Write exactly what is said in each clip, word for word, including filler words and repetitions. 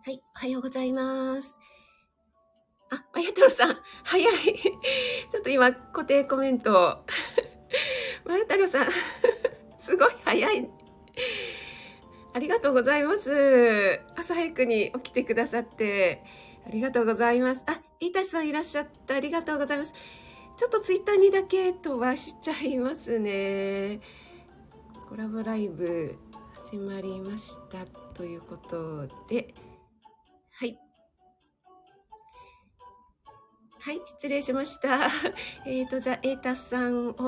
はい、おはようございます。あ、まや太郎さん、早い。ちょっと今、固定コメントを。まや太郎さん、すごい早い。ありがとうございます。朝早くに起きてくださって、ありがとうございます。あ、イータスさんいらっしゃった。ありがとうございます。ちょっとツイッターにだけ飛ばしちゃいますね。コラボライブ始まりましたということで、はい。はい、失礼しました。えっと、じゃあ、エータスさんを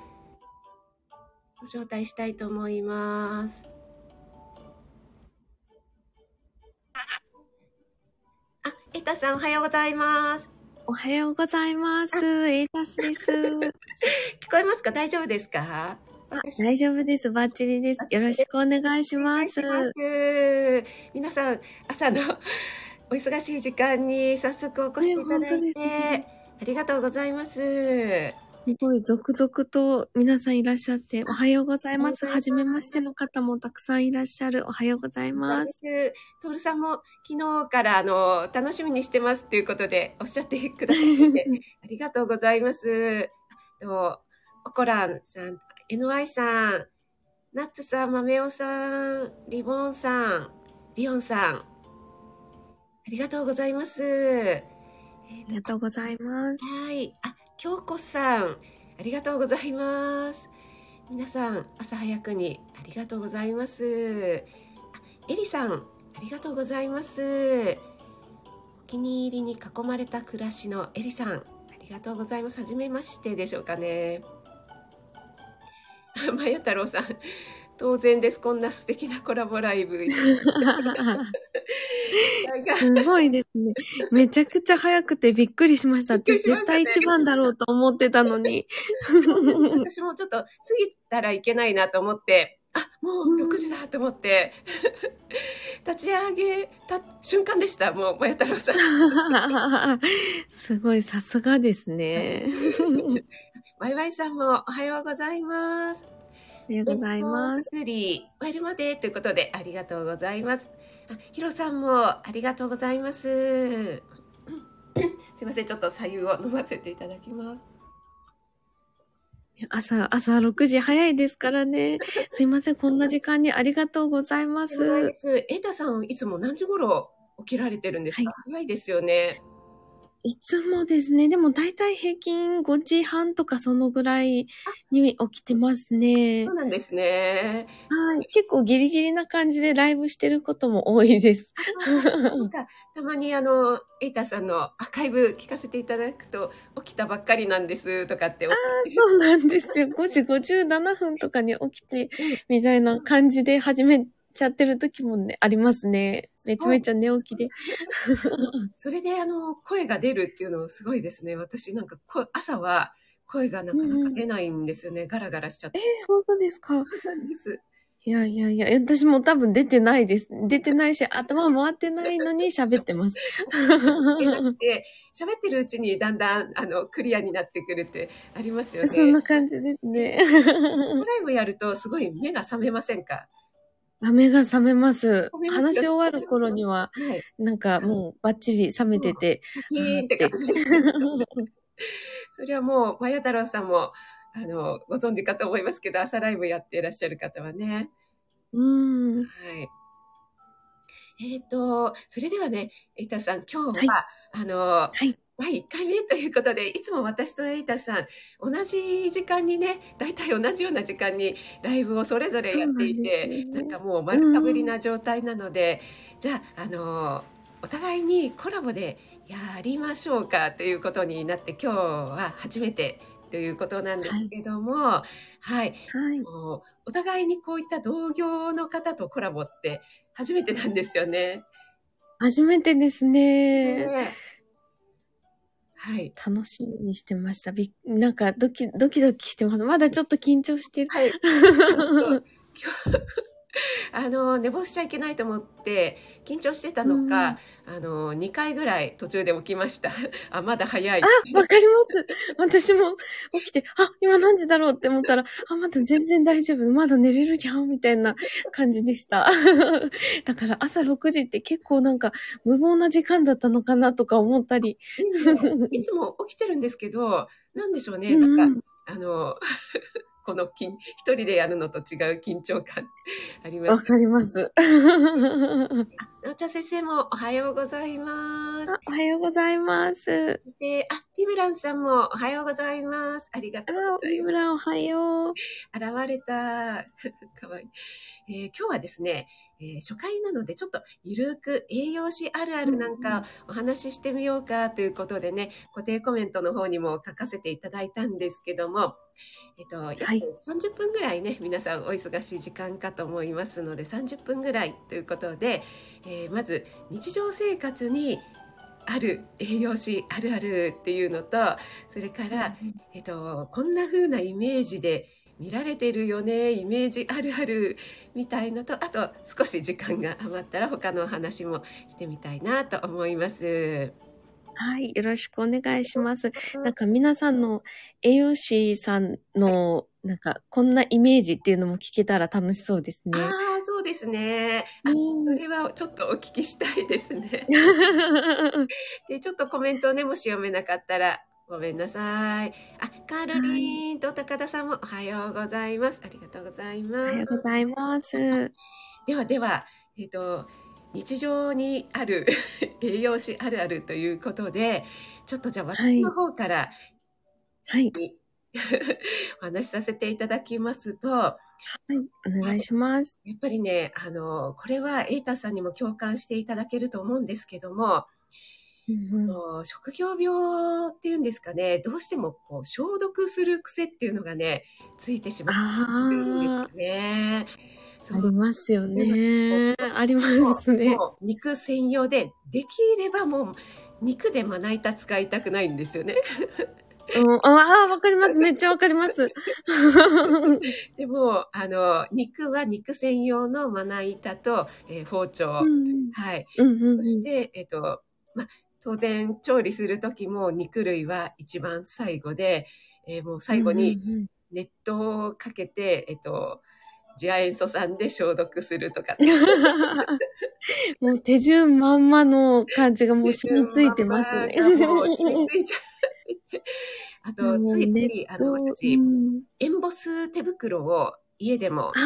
ご招待したいと思います。あ、エータスさんおはようございます。 おはようございます。エータスです。聞こえますか？大丈夫ですか？ あ、大丈夫です。バッチリです。よろしくお願いします。ます皆さん、朝のお忙しい時間に早速お越しいただいて、ね、ありがとうございます。すごい続々と皆さんいらっしゃって、おはようございます。はじめましての方もたくさんいらっしゃる。おはようございます。 トールさんも昨日からあの楽しみにしてますということでおっしゃってくださってありがとうございます。とおこらんさん、エヌワイ さん、ナッツさん、マメオさん、リボンさん、リオンさん、ありがとうございます。 ありがとうございます。 はい。あ、京子さん、ありがとうございます。皆さん、朝早くにありがとうございます。あ、エリさん、ありがとうございます。お気に入りに囲まれた暮らしのエリさん、ありがとうございます。はじめましてでしょうかね。まや太郎さん、当然です。こんな素敵なコラボライブ。 すごいですね。めちゃくちゃ早くてびっくりしました。私絶対一番だろうと思ってたのに。 私もちょっと過ぎたらいけないなと思って、あ、もうろくじだと思って、立ち上げた瞬間でした。もう、もや太郎さん。 すごい、さすがですね。 ワイワイさんもおはようございます。 おはようございます。 作り終えるまでということでありがとうございます。あ、ヒロさんもありがとうございます。すいません、ちょっと白湯を飲ませていただきます。 朝、朝ろくじ早いですからね。すいません、こんな時間にありがとうございます。 エータさん、いつも何時頃起きられてるんですか？はい、早いですよね。 いつもですね、でも大体平均ごじはんとかそのぐらいに起きてますね。 そうなんですね。 はい。結構ギリギリな感じでライブしてることも多いです。 なんかたまにあの、エータさんのアーカイブ聞かせていただくと、起きたばっかりなんですとかって。 ああ、そうなんですよ。ごじごじゅうななふんとかに起きて、みたいな感じで始めちゃってる時もね、ありますね。めちゃめちゃ寝起きで。 それであの、声が出るっていうのもすごいですね。私なんか朝は声がなかなか出ないんですよね。うんうん、ガラガラしちゃって。 えー、本当ですか？ そうなんです。 いやいやいや、私も多分出てないです。出てないし、頭回ってないのに喋ってます。 で、喋ってるうちにだんだん、あの、クリアになってくるってありますよね。 そんな感じですね。 ライブやるとすごい目が覚めませんか？ あ、目が覚めめます。話し終わる頃には、 はい、 なんかもうバッチリ覚めてて。 ピーンって感じです。それはもう、まや太郎さんも、あの、ご存知かと思いますけど、朝ライブやっていらっしゃる方はね。 うん。 はい。えっ、ー、と、それではね、エイタさん、今日は、はい、あの、はい、だいいっかいめということで、いつも私とエイタさん、同じ時間にね、だいたい同じような時間にライブをそれぞれやっていて、な, ん、ね、なんかもう丸かぶりな状態なので、うん、じゃあ、あの、お互いにコラボでやりましょうかということになって、今日は初めてということなんですけども、はい。はい、はい、お互いにこういった同業の方とコラボって初めてなんですよね。 初めてですね。ね、 はい。 楽しみにしてました。びなんかドキ、ドキドキしてます。まだちょっと緊張してる。 はい。ああの、寝坊しちゃいけないと思って、緊張してたのか、あの、にかいぐらい途中で起きました。あ、まだ早い。 あ、わかります。私も起きて、あ、今何時だろうって思ったら、あ、まだ全然大丈夫。まだ寝れるじゃんみたいな感じでした。だから朝ろくじって結構なんか無謀な時間だったのかなとか思ったり。 いいつも起きてるんですけど、なんでしょうね。 うんうん、 なんか、あの、この一人でやるのと違う緊張感あります。 わかります。 あ、なおちゃん先生もおはようございます。 おはようございます。 で、あ、ティブランさんもおはようございます。ありがとうございます。 ティブランおはよう。 現れた。かわいい。えー、今日はですね、えー、初回なのでちょっとゆるく栄養士あるあるなんかお話ししてみようかということでね、固定コメントの方にも書かせていただいたんですけども、えっと、約さんじゅっぷんぐらいね、皆さんお忙しい時間かと思いますので、さんじゅっぷんぐらいということで、えー、まず日常生活にある栄養士あるあるっていうのと、それから、えっと、こんな風なイメージで見られてるよね、イメージあるあるみたいのと、あと少し時間が余ったら他のお話もしてみたいなと思います。 はい、よろしくお願いします。なんか皆さんの栄養士さんの、なんかこんなイメージっていうのも聞けたら楽しそうですね。 ああ、そうですね。あ、それはちょっとお聞きしたいですね。で、ちょっとコメントをね、もし読めなかったらごめんなさい。あ、カーロリンと高田さんもおはようございます。ありがとうございます。 おはようございます。 ではでは、えっと、日常にある栄養士あるあるということで、ちょっとじゃあ私の方から、 はい、 お話しさせていただきますと、 はい、お願いします。 やっぱりね、あの、これはエイタさんにも共感していただけると思うんですけども、うんうん、職業病っていうんですかね、どうしてもこう消毒する癖っていうのがね、ついてしまうんですよね。 ありますよね。ありますね。 もう肉専用で、できればもう肉でまな板使いたくないんですよね。 うん、ああ、わかります。めっちゃわかります。 でも、あの、肉は肉専用のまな板と、えー、包丁。 うん、 はい。 うんうんうん、 そして、えっと、ま、当然、調理するときも肉類は一番最後で、えー、もう最後に熱湯をかけて、えっと、次亜塩素酸で消毒するとか。 もう手順まんまの感じがもう染みついてますね。 もう染みついちゃう。あと、ついつい、あの、私、うん、エンボス手袋を家でも。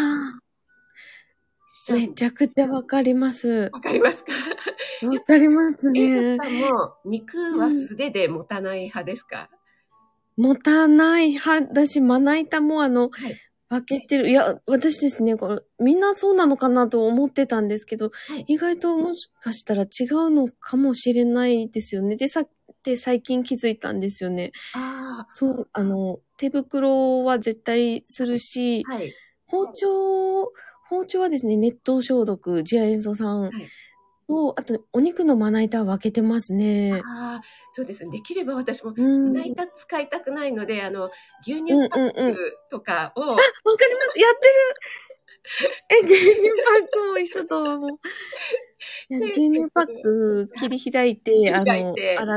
めちゃくちゃわかります。 わかりますか？ わかりますね。 エイタさんも肉は素手で持たない派ですか？ うん、持たない派だし、まな板もあの、はい、分けてる。いや、私ですね、これ、みんなそうなのかなと思ってたんですけど、はい、意外ともしかしたら違うのかもしれないですよね。で、さって最近気づいたんですよね。ああ。そう、あの、手袋は絶対するし、はい、包丁、包丁はですね、熱湯消毒、次亜塩素酸を、はい、あと、お肉のまな板は分けてますね。 ああ、そうですね。できれば私も、まな板使いたくないので、あの、牛乳パックとかを。うんうんうん、あ、わかります。やってる。え、牛乳パックも一緒とはもう。牛乳パック切り開いて、あの、洗って、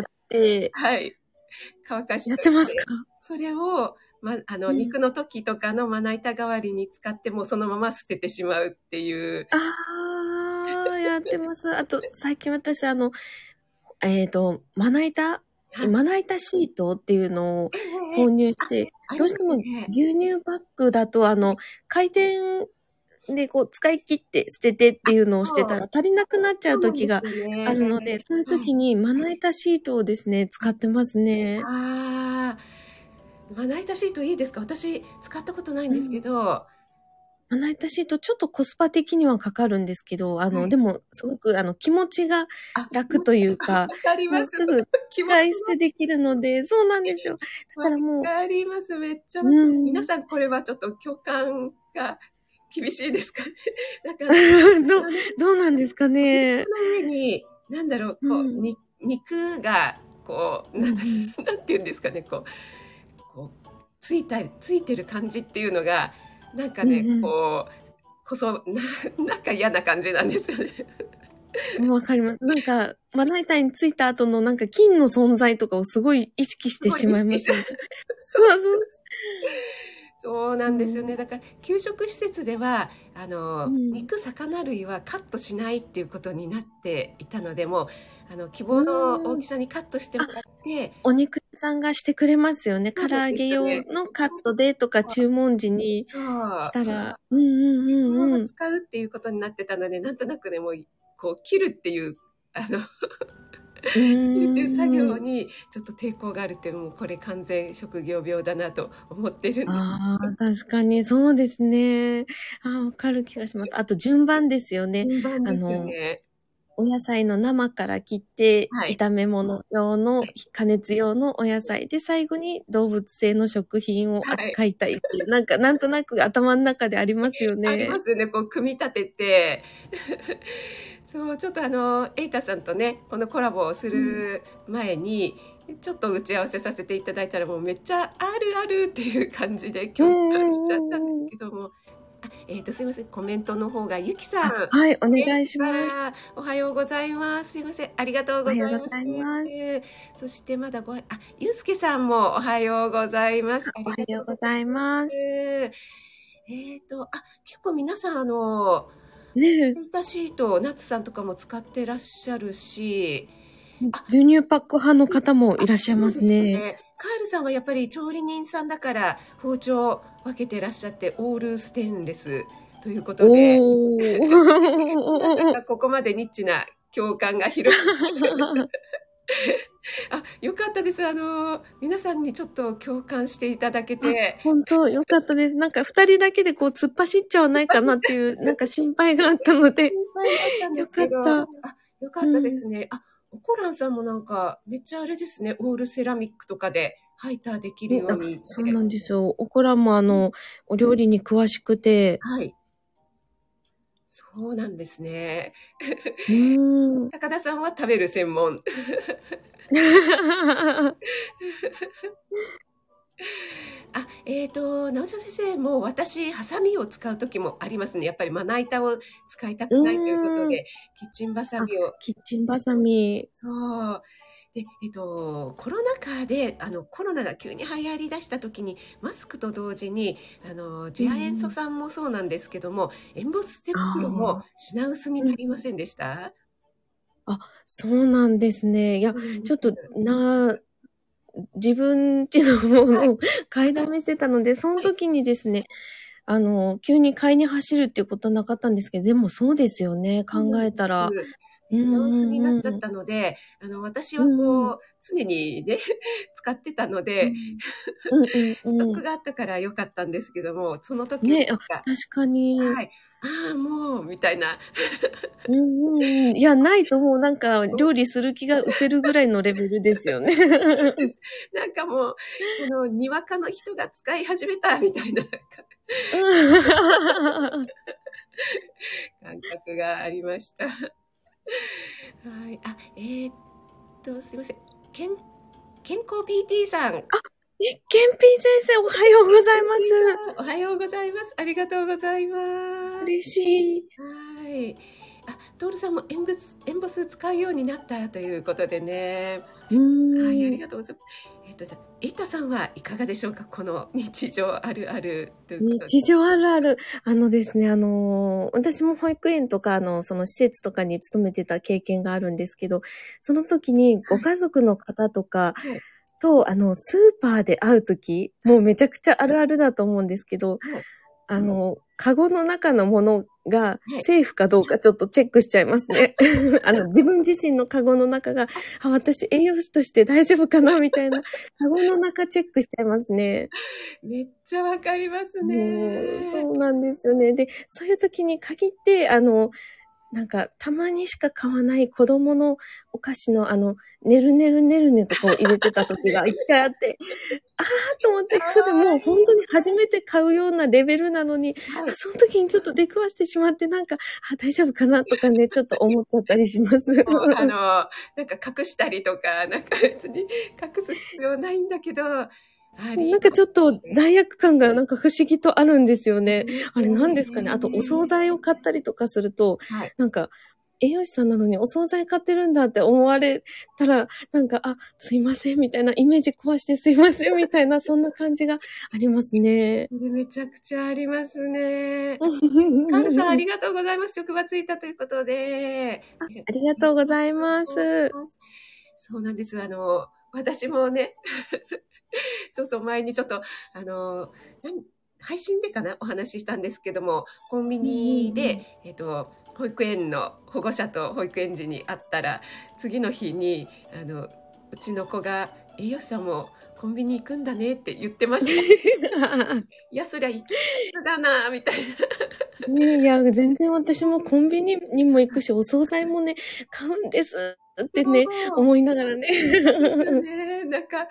はい。乾かして。 やってますか？ それを、ま、あの、うん、肉の時とかのまな板代わりに使ってもそのまま捨ててしまうっていう。 ああ、やってます。あと、最近私、あの、えっと、まな板、まな板シートっていうのを購入して、どうしても牛乳パックだと、あの、回転で、こう、使い切って捨ててっていうのをしてたら足りなくなっちゃう時があるので、そういう時にまな板シートをですね、使ってますね。 ああ、まな板シートいいですか？私、使ったことないんですけど。うん、 まな板シート、ちょっとコスパ的にはかかるんですけど、あの、はい、でも、すごく、あの、気持ちが楽というか、もうすぐ使い捨てできるので、そうなんですよ。だからもう。 わかります。めっちゃ、うん、皆さんこれはちょっと共感が厳しいですかね。だからどう、どうなんですかね。 肉の上に、なんだろう、こう、うん、に肉が、こう、なんだ、なんて言うんですかね、こう、こう、ついた、ついてる感じっていうのが、なんかね、うんうん、こう、 こそ、な、なんか嫌な感じなんですよね。 わかります。なんか、まな板についた後のなんか菌の存在とかをすごい意識してしまいますね。 そうそう。そうなんですよね。だから、給食施設では、あの、うん、肉、魚類はカットしないっていうことになっていたので、もう、あの、希望の大きさにカットしてもらって、 お肉屋さんがしてくれますよね。唐揚げ用のカットでとか注文時にしたら、 うんうんうんうん。使うっていうことになってたので、なんとなくね、もう、こう、切るっていう、あの、っていう作業にちょっと抵抗があるっていうのも、これ完全職業病だなと思ってるんです。 ああ、確かにそうですね。ああ、わかる気がします。あと順番ですよね。 順番ですよね。 お野菜の生から切って、はい、炒め物用の、加熱用のお野菜で、最後に動物性の食品を扱いたいっていう、はい、なんか、なんとなく頭の中でありますよね。 ありますよね。こう、組み立てて。そう、ちょっとあの、エイタさんとね、このコラボをする前に、うん、ちょっと打ち合わせさせていただいたら、もうめっちゃあるあるっていう感じで共感しちゃったんですけども、あ、えっと、すいません。コメントの方が、ゆきさん。 はい、お願いします。 おはようございます。すいません。ありがとうございます。おはようございます。そしてまだご、あ、ゆうすけさんもおはようございます。 おはようございます。 えっと、あ、結構皆さん、あの、 ねえ。 データシート、ナッツさんとかも使ってらっしゃるし、 牛乳パック派の方もいらっしゃいますね。 ね、カールさんはやっぱり調理人さんだから包丁分けてらっしゃって、オールステンレスということで、なんかここまでニッチな共感が広い。あ、よかったです。あの、皆さんにちょっと共感していただけて。 本当、よかったです。なんか二人だけでこう突っ走っちゃわないかなっていう、なんか心配があったので。 心配だったんですけど。よかった。あ、よかったですね。うん、あ、おこらんさんもなんか、めっちゃあれですね、オールセラミックとかでハイターできるように。 そうなんですよ。おこらんもあの、お料理に詳しくて。 はい。そうなんですね。 うーん。 高田さんは食べる専門。あ、えっと、直ちゃん先生も私、ハサミを使うときもありますね。やっぱりまな板を使いたくないということで、キッチンバサミを。 キッチンバサミ。 そう。で、えっと、コロナ禍で、あの、コロナが急に流行り出したときに、マスクと同時に、あの、次亜塩素酸もそうなんですけども、エンボス手袋も品薄になりませんでした？ あ、そうなんですね。いや、ちょっと、な、自分家のものを買いだめしてたので、はい、その時にですね、あの、急に買いに走るっていうことはなかったんですけど、でもそうですよね、考えたら。 品薄になっちゃったので、あの、私はこう、うんうん、常にね、使ってたので、うんうんうん、ストックがあったから良かったんですけども、その時はね、あ、確かに。 はい。ああ、もう、みたいな。 うんうんうん。いや、ないともうなんか、料理する気が失せるぐらいのレベルですよね。 なんかもう、あの、にわかの人が使い始めた、みたいな。感覚がありました。はい。あ、えー、っと、すいません。健、健康 ピーティー さん。あ、 え、ケンピー先生、おはようございます。 おはようございます。ありがとうございます。 嬉しい。 はい。あ、トールさんもエンボス、エンボス使うようになったということでね。 うん。 はい、ありがとうございます。えっと、じゃあ、エイタさんはいかがでしょうか？この日常あるあるということで。 日常あるある。あのですね、あの、私も保育園とか、あの、その施設とかに勤めてた経験があるんですけど、その時にご家族の方とか、はいと、あの、スーパーで会うとき、もうめちゃくちゃあるあるだと思うんですけど、はい、あの、カゴの中のものがセーフかどうかちょっとチェックしちゃいますね。あの、自分自身のカゴの中が、あ、私栄養士として大丈夫かなみたいな、カゴの中チェックしちゃいますね。 めっちゃわかりますね。 そうなんですよね。で、そういう時に限って、あの、なんか、たまにしか買わない子供のお菓子のあの、ねるねるねるねとかを入れてた時が一回あって、あーと思って、普段もう本当に初めて買うようなレベルなのに、はい、あその時にちょっと出くわしてしまって、なんか、あ、大丈夫かなとかね、ちょっと思っちゃったりします。 あの、なんか隠したりとか、なんか別に隠す必要ないんだけど、 なんかちょっと罪悪感がなんか不思議とあるんですよね。あれ何ですかね。あとお惣菜を買ったりとかすると、はい、なんか栄養士さんなのにお惣菜買ってるんだって思われたら、なんか、あ、すいませんみたいな、イメージ壊してすいませんみたいな、そんな感じがありますね。 それめちゃくちゃありますね。カールさんありがとうございます。職場ついたということで。 あ, ありがとうございます。 そうなんです。あの、私もね、そうそう、前にちょっと、あの、配信でかなお話ししたんですけども、コンビニで、うんうんうん、えっと、保育園の保護者と保育園児に会ったら、次の日に、あの、うちの子が、栄養士さんもコンビニ行くんだねって言ってました。いや、そりゃ行きだな、みたいな。 ね、いや、全然私もコンビニにも行くし、お惣菜もね、買うんですってね、思いながらね。 ね、なんか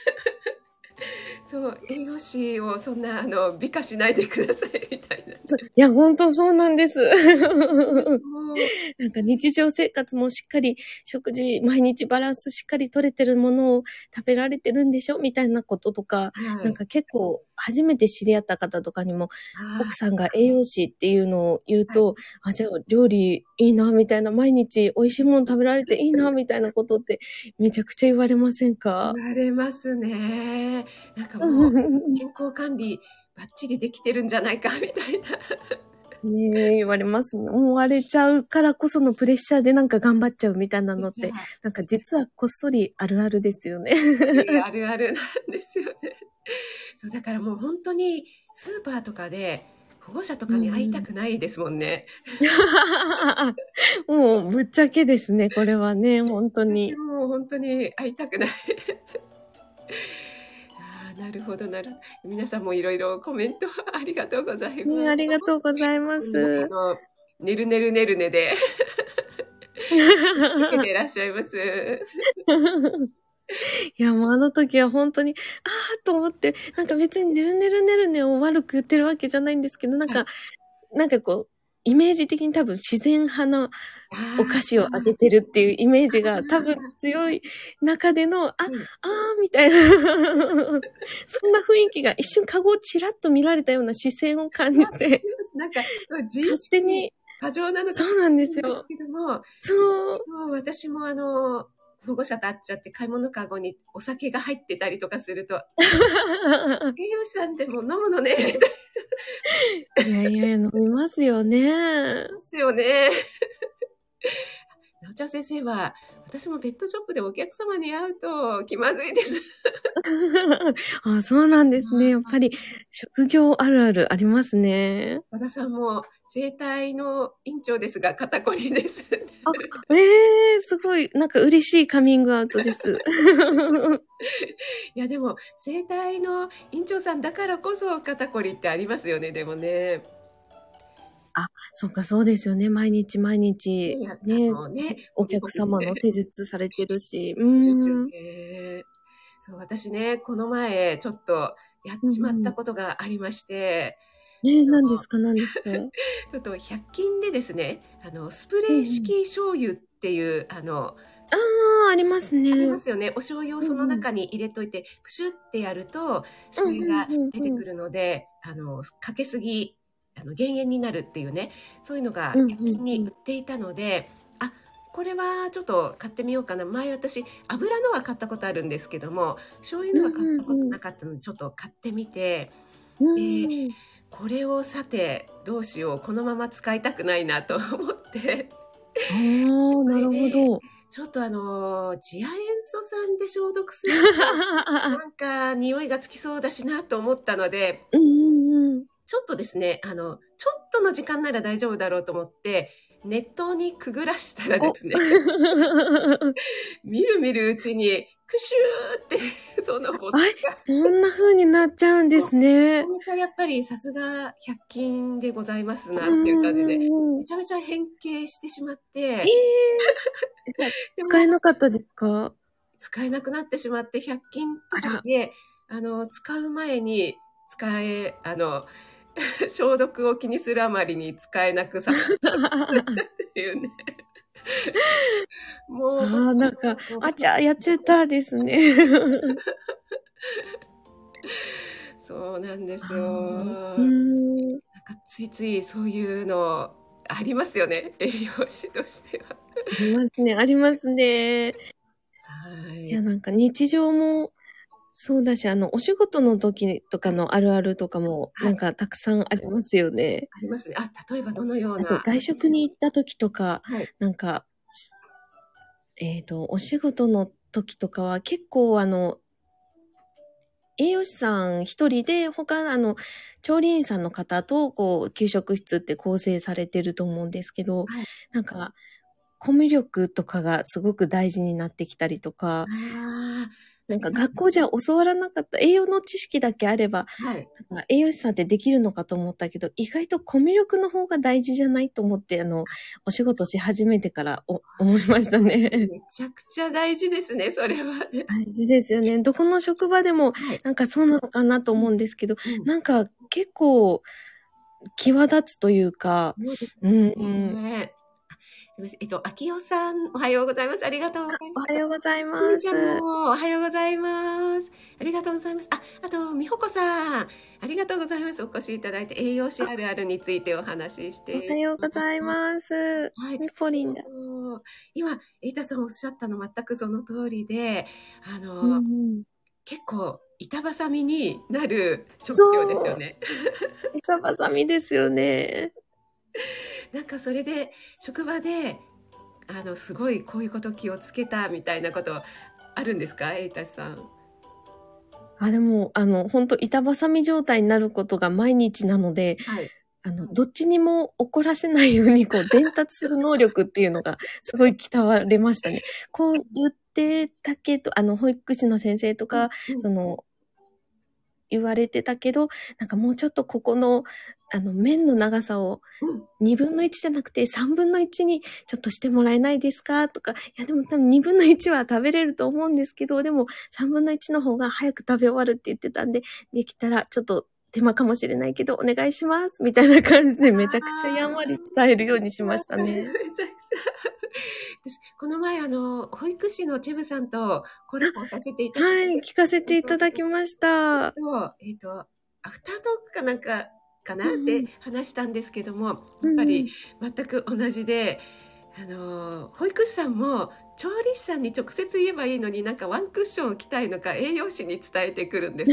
そう、栄養士をそんな、あの、美化しないでください、みたいな。いや、ほんとそうなんです。なんか日常生活もしっかり、食事、毎日バランスしっかり取れてるものを食べられてるんでしょみたいなこととか、はい、なんか結構、初めて知り合った方とかにも、奥さんが栄養士っていうのを言うと、はい、あ、じゃあ料理いいな、みたいな、毎日美味しいもの食べられていいな、みたいなことって、めちゃくちゃ言われませんか？ 言われますね。なんかもう、健康管理バッチリできてるんじゃないか、みたいな。 ねえ、言われます。思われちゃうからこそのプレッシャーでなんか頑張っちゃうみたいなのって、なんか実はこっそりあるあるですよね。 あるあるなんですよね。そう、だからもう本当にスーパーとかで保護者とかに会いたくないですもんね。 うん、もうぶっちゃけですね、これはね、本当に。 もう本当に会いたくない。あ、なるほどなるほど。皆さんもいろいろコメントありがとうございます。 ね、ありがとうございます。 あの、ねるねるねるねで受けていらっしゃいます。 いや、もうあの時は本当に、ああと思って、なんか別にねるねるねるねを悪く言ってるわけじゃないんですけど、なんか、はい、なんかこう、イメージ的に多分自然派なお菓子をあげてるっていうイメージが多分強い中での、あ、あーみたいな、そんな雰囲気が一瞬カゴをチラッと見られたような視線を感じて、 なんか、勝手に、過剰なのかそうなんですよ。 けども、 そう。 そう、私もあの、保護者と会っちゃって買い物かごにお酒が入ってたりとかすると、栄養士さんでも飲むのね、みたいな。いやいや、飲みますよね。 飲みますよね。なおちゃん先生は、私もペットショップでお客様に会うと気まずいです。 あ、そうなんですね。やっぱり職業あるあるありますね。 和田さんも整体の院長ですが肩こりです。 あ、ええー、すごい、なんか嬉しいカミングアウトです。 いやでも整体の院長さんだからこそ肩こりってありますよね、でもね。 あ、そっか、そうですよね。毎日毎日、ね、ねお客様の施術されてるし。うーん。 ね、そう、私ね、この前、ちょっとやっちまったことがありまして。 うんうん、えー、何ですか、何ですかちょっとひゃく均でですね、あの、スプレー式醤油っていう、うん、あの、 ああ、ありますね。 ありますよね。お醤油をその中に入れといて、うんうん、プシュってやると、醤油が出てくるので、うんうんうん、あの、かけすぎ、あの減塩になるっていうね、そういうのがひゃく均に売っていたので、うんうんうん、あ、これはちょっと買ってみようかな。前私油のは買ったことあるんですけども、醤油のは買ったことなかったのでちょっと買ってみて、 うんうん、 でこれをさてどうしよう、このまま使いたくないなと思ってあー、なるほど。 ちょっとあの次亜塩素酸で消毒するとなんか匂いがつきそうだしなと思ったので、 うんうんうん、 ちょっとですね、あのちょっとの時間なら大丈夫だろうと思って熱湯にくぐらしたらですねみるみるうちにクシューってそのボタンがそんな風になっちゃうんですね。 めちゃめちゃやっぱりさすがひゃく均でございますなっていう感じでめちゃめちゃ変形してしまって、えー、使えなかったですか？ 使えなくなってしまってひゃく均とかで あ, あの使う前に使えあの消毒を気にするあまりに使えなくさせちゃったっていうねもうあなんかあちゃやっちゃったですねそうなんですよ。 うん。 なんかついついそういうのありますよね。栄養士としては。 ありますね、ありますね。 はい。 いや、なんか日常もそうだし、あの、お仕事の時とかのあるあるとかも、 はい。 なんかたくさんありますよね。 ありますね。あ、例えばどのようあと、 な。 外食に行った時とか、 はい。 なんか、えっと、お仕事の時とかは結構あの、栄養士さん一人で、他、あの、調理員さんの方と、こう、給食室って構成されてると思うんですけど、 はい。 なんか、コミュ力とかがすごく大事になってきたりとか、 ああ、あなんかります。 学校じゃ教わらなかった栄養の知識だけあれば、 はい。 なんか栄養士さんってできるのかと思ったけど、意外とコミュ力の方が大事じゃないと思って、あの、お仕事し始めてからお思いましたね。 めちゃくちゃ大事ですね、それはね。 大事ですよね。どこの職場でもはい。 なんかそうなのかなと思うんですけど、 うん。 なんか結構際立つというか、 そうですうん、うん。 ね。すみません。えっと、秋代さん、おはようございます。ありがとうございます。 おはようございすみます。 ちゃんも、おはようございます。ありがとうございます。あ、あと、みほこさん、ありがとうございます。お越しいただいて、栄養士あ、 あるあるについてお話ししおはていようございます。 ます。 はい。 みぽりんだ。 そう、今、エイタさんおっしゃったの全くその通りで、あうんうの、 ん。 結構、板挟みになる職業ですそう。 よね。 板挟みですよね。 なんかそれで、職場で、あの、すごいこういうこと気をつけたみたいなことあるんですか、エイタさん。 あ、でも、あの、ほんと板挟み状態になることが毎日なので、 はい。 あの、どっちにも怒らせないように、こう、伝達する能力っていうのが、すごい鍛われましたね。こう言ってたけど、あの、保育士の先生とうん、 か、 うん、 その、言われてたけど、なんかもうちょっとここの、あの、麺の長さをうん。 にぶんのいちじゃなくてさんぶんのいちにちょっとしてもらえないですかとか、いやでも多分にぶんのいちは食べれると思うんですけど、でもさんぶんのいちの方が早く食べ終わるって言ってたんで、できたらちょっと手間かもしれないけどお願いします。みたいな感じでめちゃくちゃやんわり伝えるようにしましたね。 めちゃくちゃ。私、この前、あの、保育士のチェブさんとコラボさせていただいはい、 て、 聞かせていただきました。 と、えっと、アフタートークかなんか、かなでうんうん。 話したんですけども、やっぱりうんうん。 全く同じで、あの、保育士さんも調理師さんに直接言えばいいのになんかワンクッション置きたいのか栄養士に伝えてくるんです。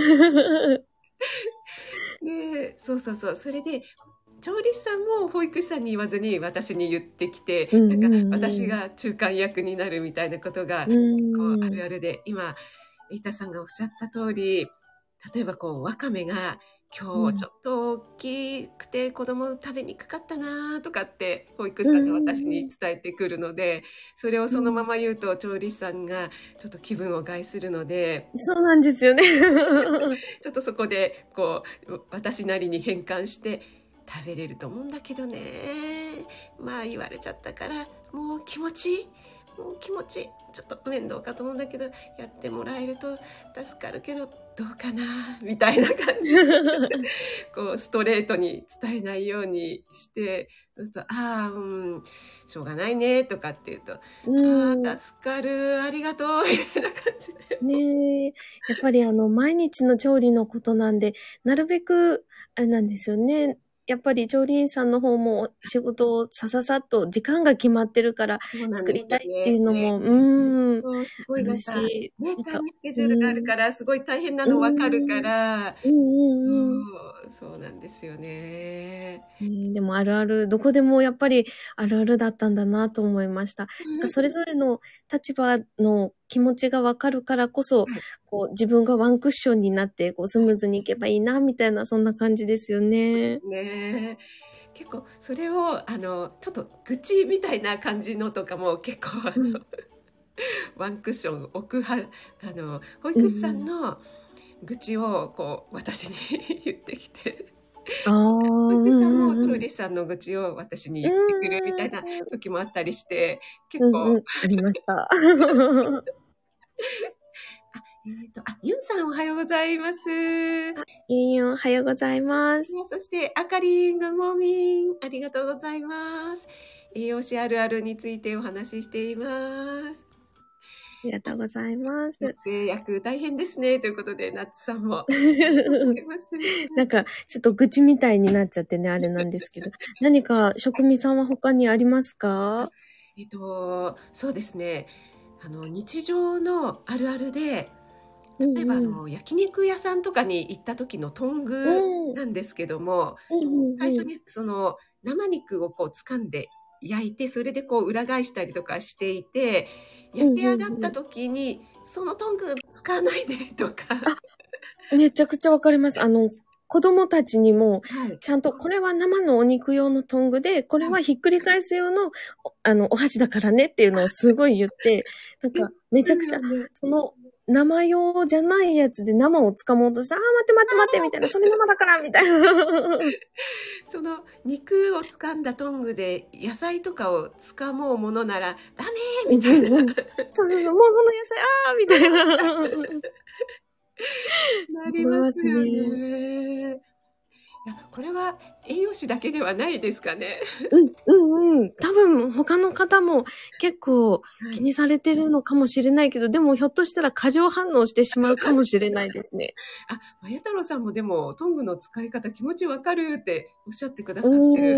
で、そうそうそう。それで、調理師さんも保育士さんに言わずに私に言ってきて、 うんなんかうんうん。 私が中間役になるみたいなことがう結構あんうん。 るあるで、今、イータさんがおっしゃった通り、例えばこう、わかめが今日ちょっと大きくて子供食べにくかったなとかって保育士うんさんが私うんに伝えてくるので、それをそのまうん。 ま言うと調理師さんがちょっと気分を害するので、 そうなんですよね。 ちょっとそこでこう私なりに変換して食べれると思うんだけどね、まあ言われちゃったからもう気持ちもう気持ちちょっと面倒かと思うんだけどやってもらえると助かるけどどうかなみたいな感じでこうストレートに伝えないようにして、そうすると「ああ、うん、しょうがないね」とかって言うとう 「あん。 あ助かる、ありがとう」みたいな感じで。 ねえ。やっぱりあの、毎日の調理のことなんで、なるべく、あれなんですよね。やっぱり調理員さんの方も仕事をさささっと時間が決まってるからそうなんです作りたいっていよね。 うのも、うーん、 そう、すごあるいなんか、 し、 ね、 なんか、 タイムスケうジュールがあるーん、 から、すごい大変なうの分かるかーん、 ら、 うんうんうん。 そう、そうなんですよね。 うん、でもあるある、どこでもやっぱりあるあるだったんだなと思いました。なんかそれぞれの立場の気持ちがわかるからこそ、 はい。 こう自分がワンクッションになって、こうスムーズにいけばいいな、みたいな、そんな感じですよね。 ね。結構それを、あの、ちょっと愚痴みたいな感じのとかも結構、あの、 うん。 ワンクッション置くはあの、保うんう育士さんん。 の愚痴をこう私に言ってきて、 ああ、う保育士さんもんうんうん。 調理師さんの愚痴を私にう言ってくるみたんいな時もあったりして、結構うんうん。ありました。 あ、えっと、あ、ユンさんおはようございます。ね、 いいよ、おはようございます。 そして、あかりん、グッモーミン、ありがとうございます。栄養士あるあるについてお話ししています。 りがとうございます。 制約大変ですね。ということで、ナッツさんも。 なんか、ちょっと愚痴みたいになっちゃってね、あれなんですけど。何か、職味さんは他にありますか？ えっと、そうですね。あの、日常のあるあるで、例えば、うんうん、あの、焼肉屋さんとかに行った時のトングなんですけども、うんうんうん、最初にその生肉をこう掴んで焼いて、それでこう裏返したりとかしていて、焼き上がった時に、うんうんうん、そのトング使わないでとか。 めちゃくちゃわかります。あの、子供たちにも、ちゃんと、これは生のお肉用のトングで、これはひっくり返す用の、あの、お箸だからねっていうのをすごい言って、なんか、めちゃくちゃ、その、生用じゃないやつで生を掴もうとして、ああ、待って待って待って、みたいな、それ生だから、みたいな。 その、肉を掴んだトングで、野菜とかを掴もうものなら、ダメーみたいな。そうそうそう、もうその野菜、ああ、みたいな。 なりますよね。いや、これは栄養士だけではないですかね。 うん、うん、うん。多分他の方も結構気にされてるのかもしれないけど、はい、でもひょっとしたら過剰反応してしまうかもしれないですね。 あ、まや太郎さんもでもトングの使い方気持ちわかるっておっしゃってくださってる。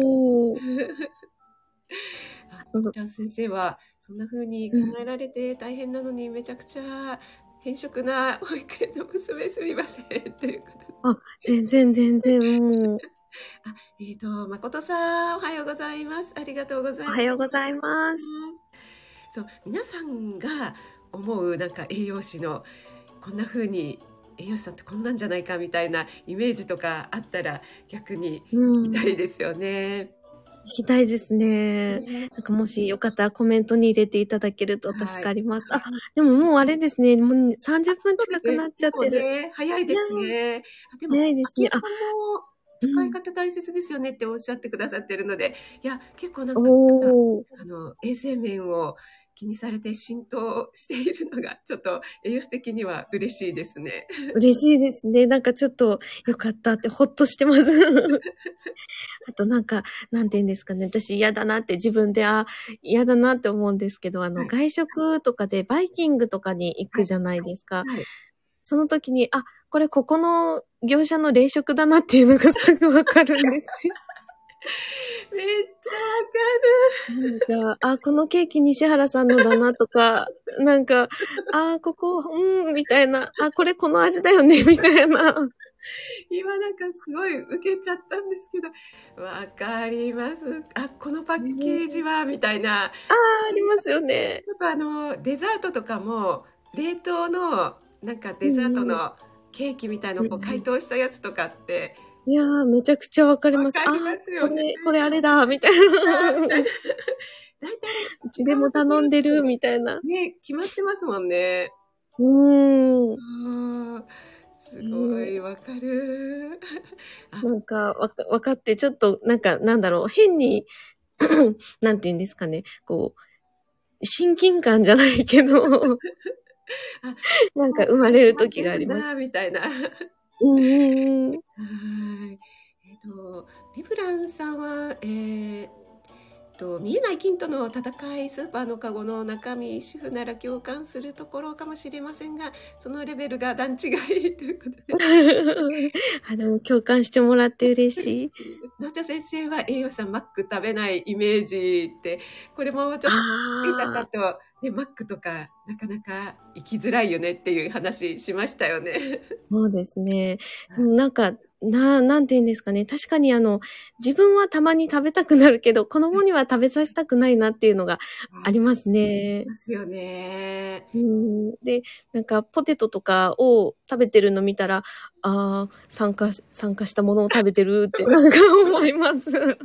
あ、ちゃん先生はそんな風に考えられて大変なのにめちゃくちゃ偏食な保育園の娘すみませんということで。 あ、全然全然もう。 あ、えっと、誠さんおはようございます。ありがとうございます。 おはようございます。 そう、皆さんが思うなんか栄養士のこんな風に栄養士さんってこんなんじゃないかみたいなイメージとかあったら逆に聞きたいですよね。 うん聞きたいですね。なんかもしよかったらコメントに入れていただけると助かります。はい、あ、でももうあれですね。もうさんじゅっぷん近くなっちゃってる。 ね、早いですね。 でも早いですね。 あ、使い方大切ですよねっておっしゃってくださってるので、うん、いや、結構なんか、あの、衛生面を気にされて浸透しているのが、ちょっと栄養士的には嬉しいですね。 嬉しいですね。なんかちょっとよかったってほっとしてます。あとなんか、なんて言うんですかね。私嫌だなって自分で、あ、嫌だなって思うんですけど、あの、はい、外食とかでバイキングとかに行くじゃないですか。はいはい、その時に、あ、これここの業者の冷食だなっていうのがすぐわかるんですよ。 めっちゃわかる。なんか、あ、このケーキ西原さんのだなとか、なんか、あ、ここ、うん、みたいな、あ、これこの味だよね、みたいな。 今なんかすごい受けちゃったんですけど、わかります。あ、このパッケージは、みたいな。ああ、ありますよね。 ちょっとあの、デザートとかも、冷凍の、なんかデザートのケーキみたいなのを解凍したやつとかって、 いやー、めちゃくちゃわかります。 わかりますよね。 あ、これ、これあれだ、みたいな。大体、うちでも頼んでる、みたいな。 ね、決まってますもんね。 うーん。 すごいわかる。 なんか、わか、わかって、ちょっと、なんか、なんだろう、変に、なんて言うんですかね、こう、親近感じゃないけど、なんか生まれる時があります。 みたいな。 うんうんうん。はい。 えっと、ビブランさんは、えー、と見えない金との戦い、スーパーのカゴの中身、主婦なら共感するところかもしれませんが、そのレベルが段違いということで。 あの、共感してもらって嬉しい。 のちゃ先生は栄養士さんマック食べないイメージって、これもちょっと見たかと、ね、マックとかなかなか行きづらいよねっていう話しましたよね。 そうですね。でもなんか、な、なんて言うんですかね。確かにあの、自分はたまに食べたくなるけど、子供には食べさせたくないなっていうのがありますね。 ありますよね。 うん。で、なんかポテトとかを食べてるの見たら、ああ、酸化、酸化したものを食べてるってなんか思います。わかる。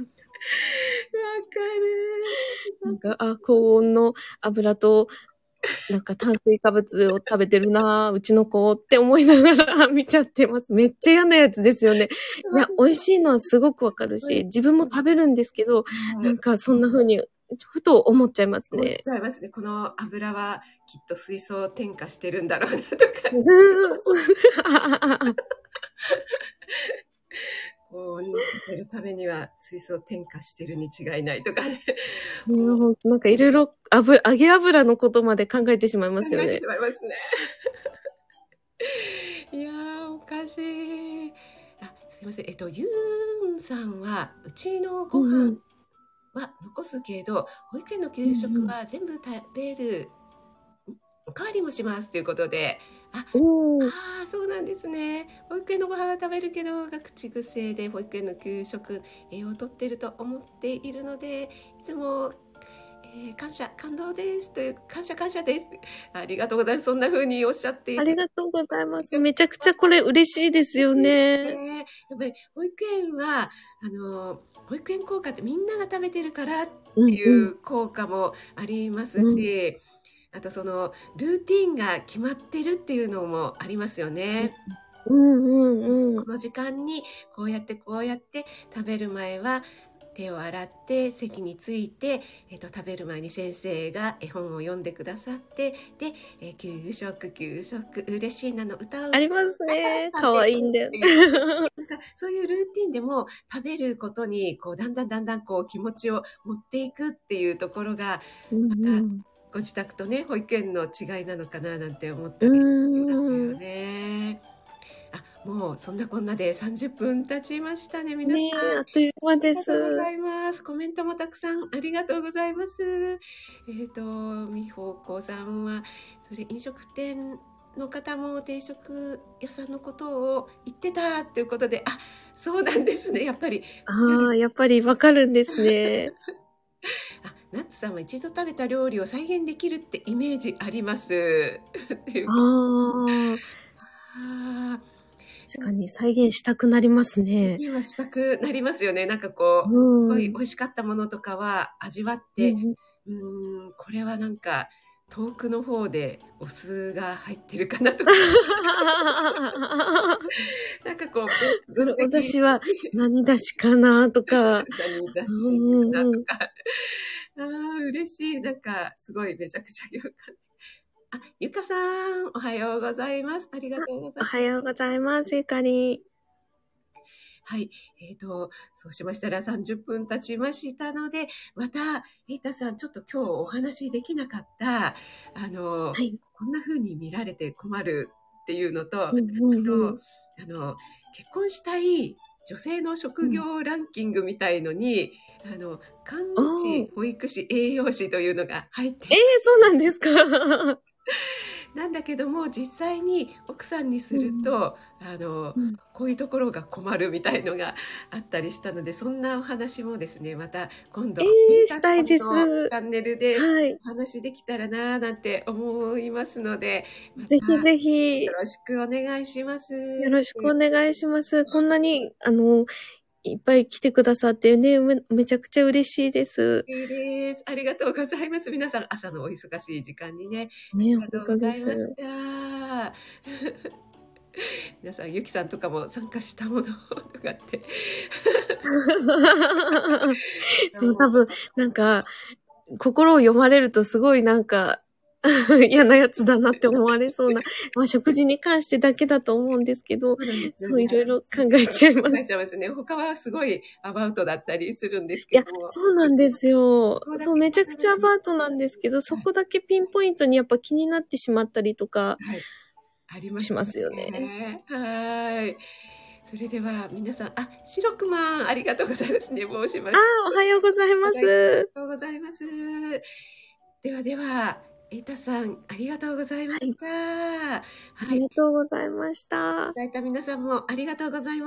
なんか、あ、高温の油と、なんか炭水化物を食べてるなぁ、うちの子って思いながら見ちゃってます。めっちゃ嫌なやつですよね。いや、美味しいのはすごくわかるし、自分も食べるんですけど、なんかそんな風に、ふと思っちゃいますね。 思っちゃいますね。この油はきっと水素添加してるんだろうなとか。 こう、食べるためには水素を添加してるに違いないとかね。 いや、ほんとなんかいろいろ油、揚げ油のことまで考えてしまいますよね。 考えてしまいますね。いやー、おかしい。あ、すいません。えっと、ユーンさんは、うちのご飯は残すけど、保育園の給食は全部食べる、おかわりもしますということで、あ、あー、そうなんですね。保育園のご飯は食べるけど、が口癖で保育園の給食、栄養をとっていると思っているので、いつも、えー感謝、感動ですという、感謝感謝です。ありがとうございます。そんな風におっしゃっていあて。 りがとうございます。めちゃくちゃこれ嬉しいですよね。 ねやっぱり保育園は、あの、保育園効果ってみんなが食べてるからっていう効果もありますし、あとそのルーティンが決まってるっていうのもありますよね。 うんうんうん。 この時間にこうやってこうやって食べる前は手を洗って席について、えっと、食べる前に先生が絵本を読んでくださってで、えー給食給食嬉しいなの歌をありますね。可愛いんだよね。 なんかそういうルーティンでも食べることにこうだんだんだんだんこう気持ちを持っていくっていうところがまたご自宅とね保育園の違いなのかななんて思ったりしますよね。あ、もうそんなこんなでさんじゅっぷん経ちましたね、皆さん。 ねえ、あっという間でありがとうごす。 ざいます。コメントもたくさんありがとうございます。えっ、と、みほこさんは、それ飲食店の方も定食屋さんのことを言ってたということで、あ、そうなんですね、やっぱり。 ああ、やっぱりわかるんですね。 あ、ナッツさんは一度食べた料理を再現できるってイメージあります。っていうああ。 あ確かに再現したくなりますね。 再現はしたくなりますよね。なんかこう、すごい美味しかったものとかは味わって、うーん、これはなんか遠くの方でお酢が入ってるかなとか。なんかこう、分析私は何出しかなとか。 何出しかなとか。ああ、嬉しい。なんかすごいめちゃくちゃよかった。あ、ゆかさん、おはようございます。ありがとうございます。 おはようございます、ゆかりん。 はい。えっ、ー、と、そうしましたらさんじゅっぷん経ちましたので、また、イータさん、ちょっと今日お話できなかった、あの、はい、こんな風に見られて困るっていうのと、うんうんうん、あと、あの、結婚したい女性の職業ランキングみたいのに、うん、あの、看護師、保育士、栄養士というのが入っている。 えー、そうなんですかなんだけども実際に奥さんにすると、うん、あの、うん、こういうところが困るみたいのがあったりしたのでそんなお話もですねまた今度、 えー、したいです。 チャンネルでお話できたらななんて思いますので、 はい、ぜひぜひよろしくお願いします。 よろしくお願いします。こんなにあのいっぱい来てくださってね、め、めちゃくちゃ嬉しいです。 いいです。ありがとうございます。皆さん、朝のお忙しい時間にね。 ね、 ありがとうございました。皆さん、ゆきさんとかも参加したものとかって。 そう、多分、なんか、心を読まれるとすごいなんか、嫌なやつだなって思われそうな。まあ食事に関してだけだと思うんですけど、そう、そう、いろいろ考えちゃいます。 考えちゃいますね。他はすごいアバウトだったりするんですけど。 いや、そうなんですよ。そう、めちゃくちゃアバウトなんですけど、そこだけピンポイントにやっぱ気になってしまったりとか、はい、 あります、ね、 しますよね。 はい。それでは皆さん、あ、シロクマン、ありがとうございますね。申します。 あ、おはようございます。 ありがとうございます。ではでは、エータさん、ありがとうございました。はい。 はい、ありがとうございました。 いただいた皆さんもありがとうございます。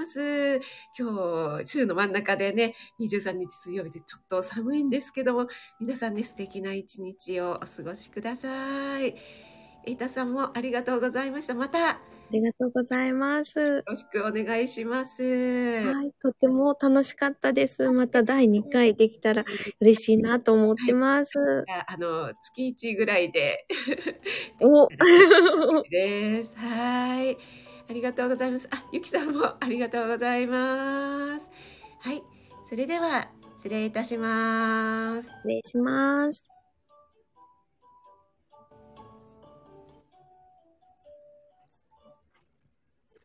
今日、週の真ん中でね、にじゅうさんにち水曜日でちょっと寒いんですけども、皆さんね、素敵な一日をお過ごしください。エータさんもありがとうございました。また、 ありがとうございます。よろしくお願いします。 はい、とても楽しかったです。まただいにかいできたら嬉しいなと思ってます。はい、 あの、月いちぐらいで。 おです。はい。ありがとうございます。あ、ゆきさんもありがとうございます。はい。それでは、失礼いたします。 失礼します。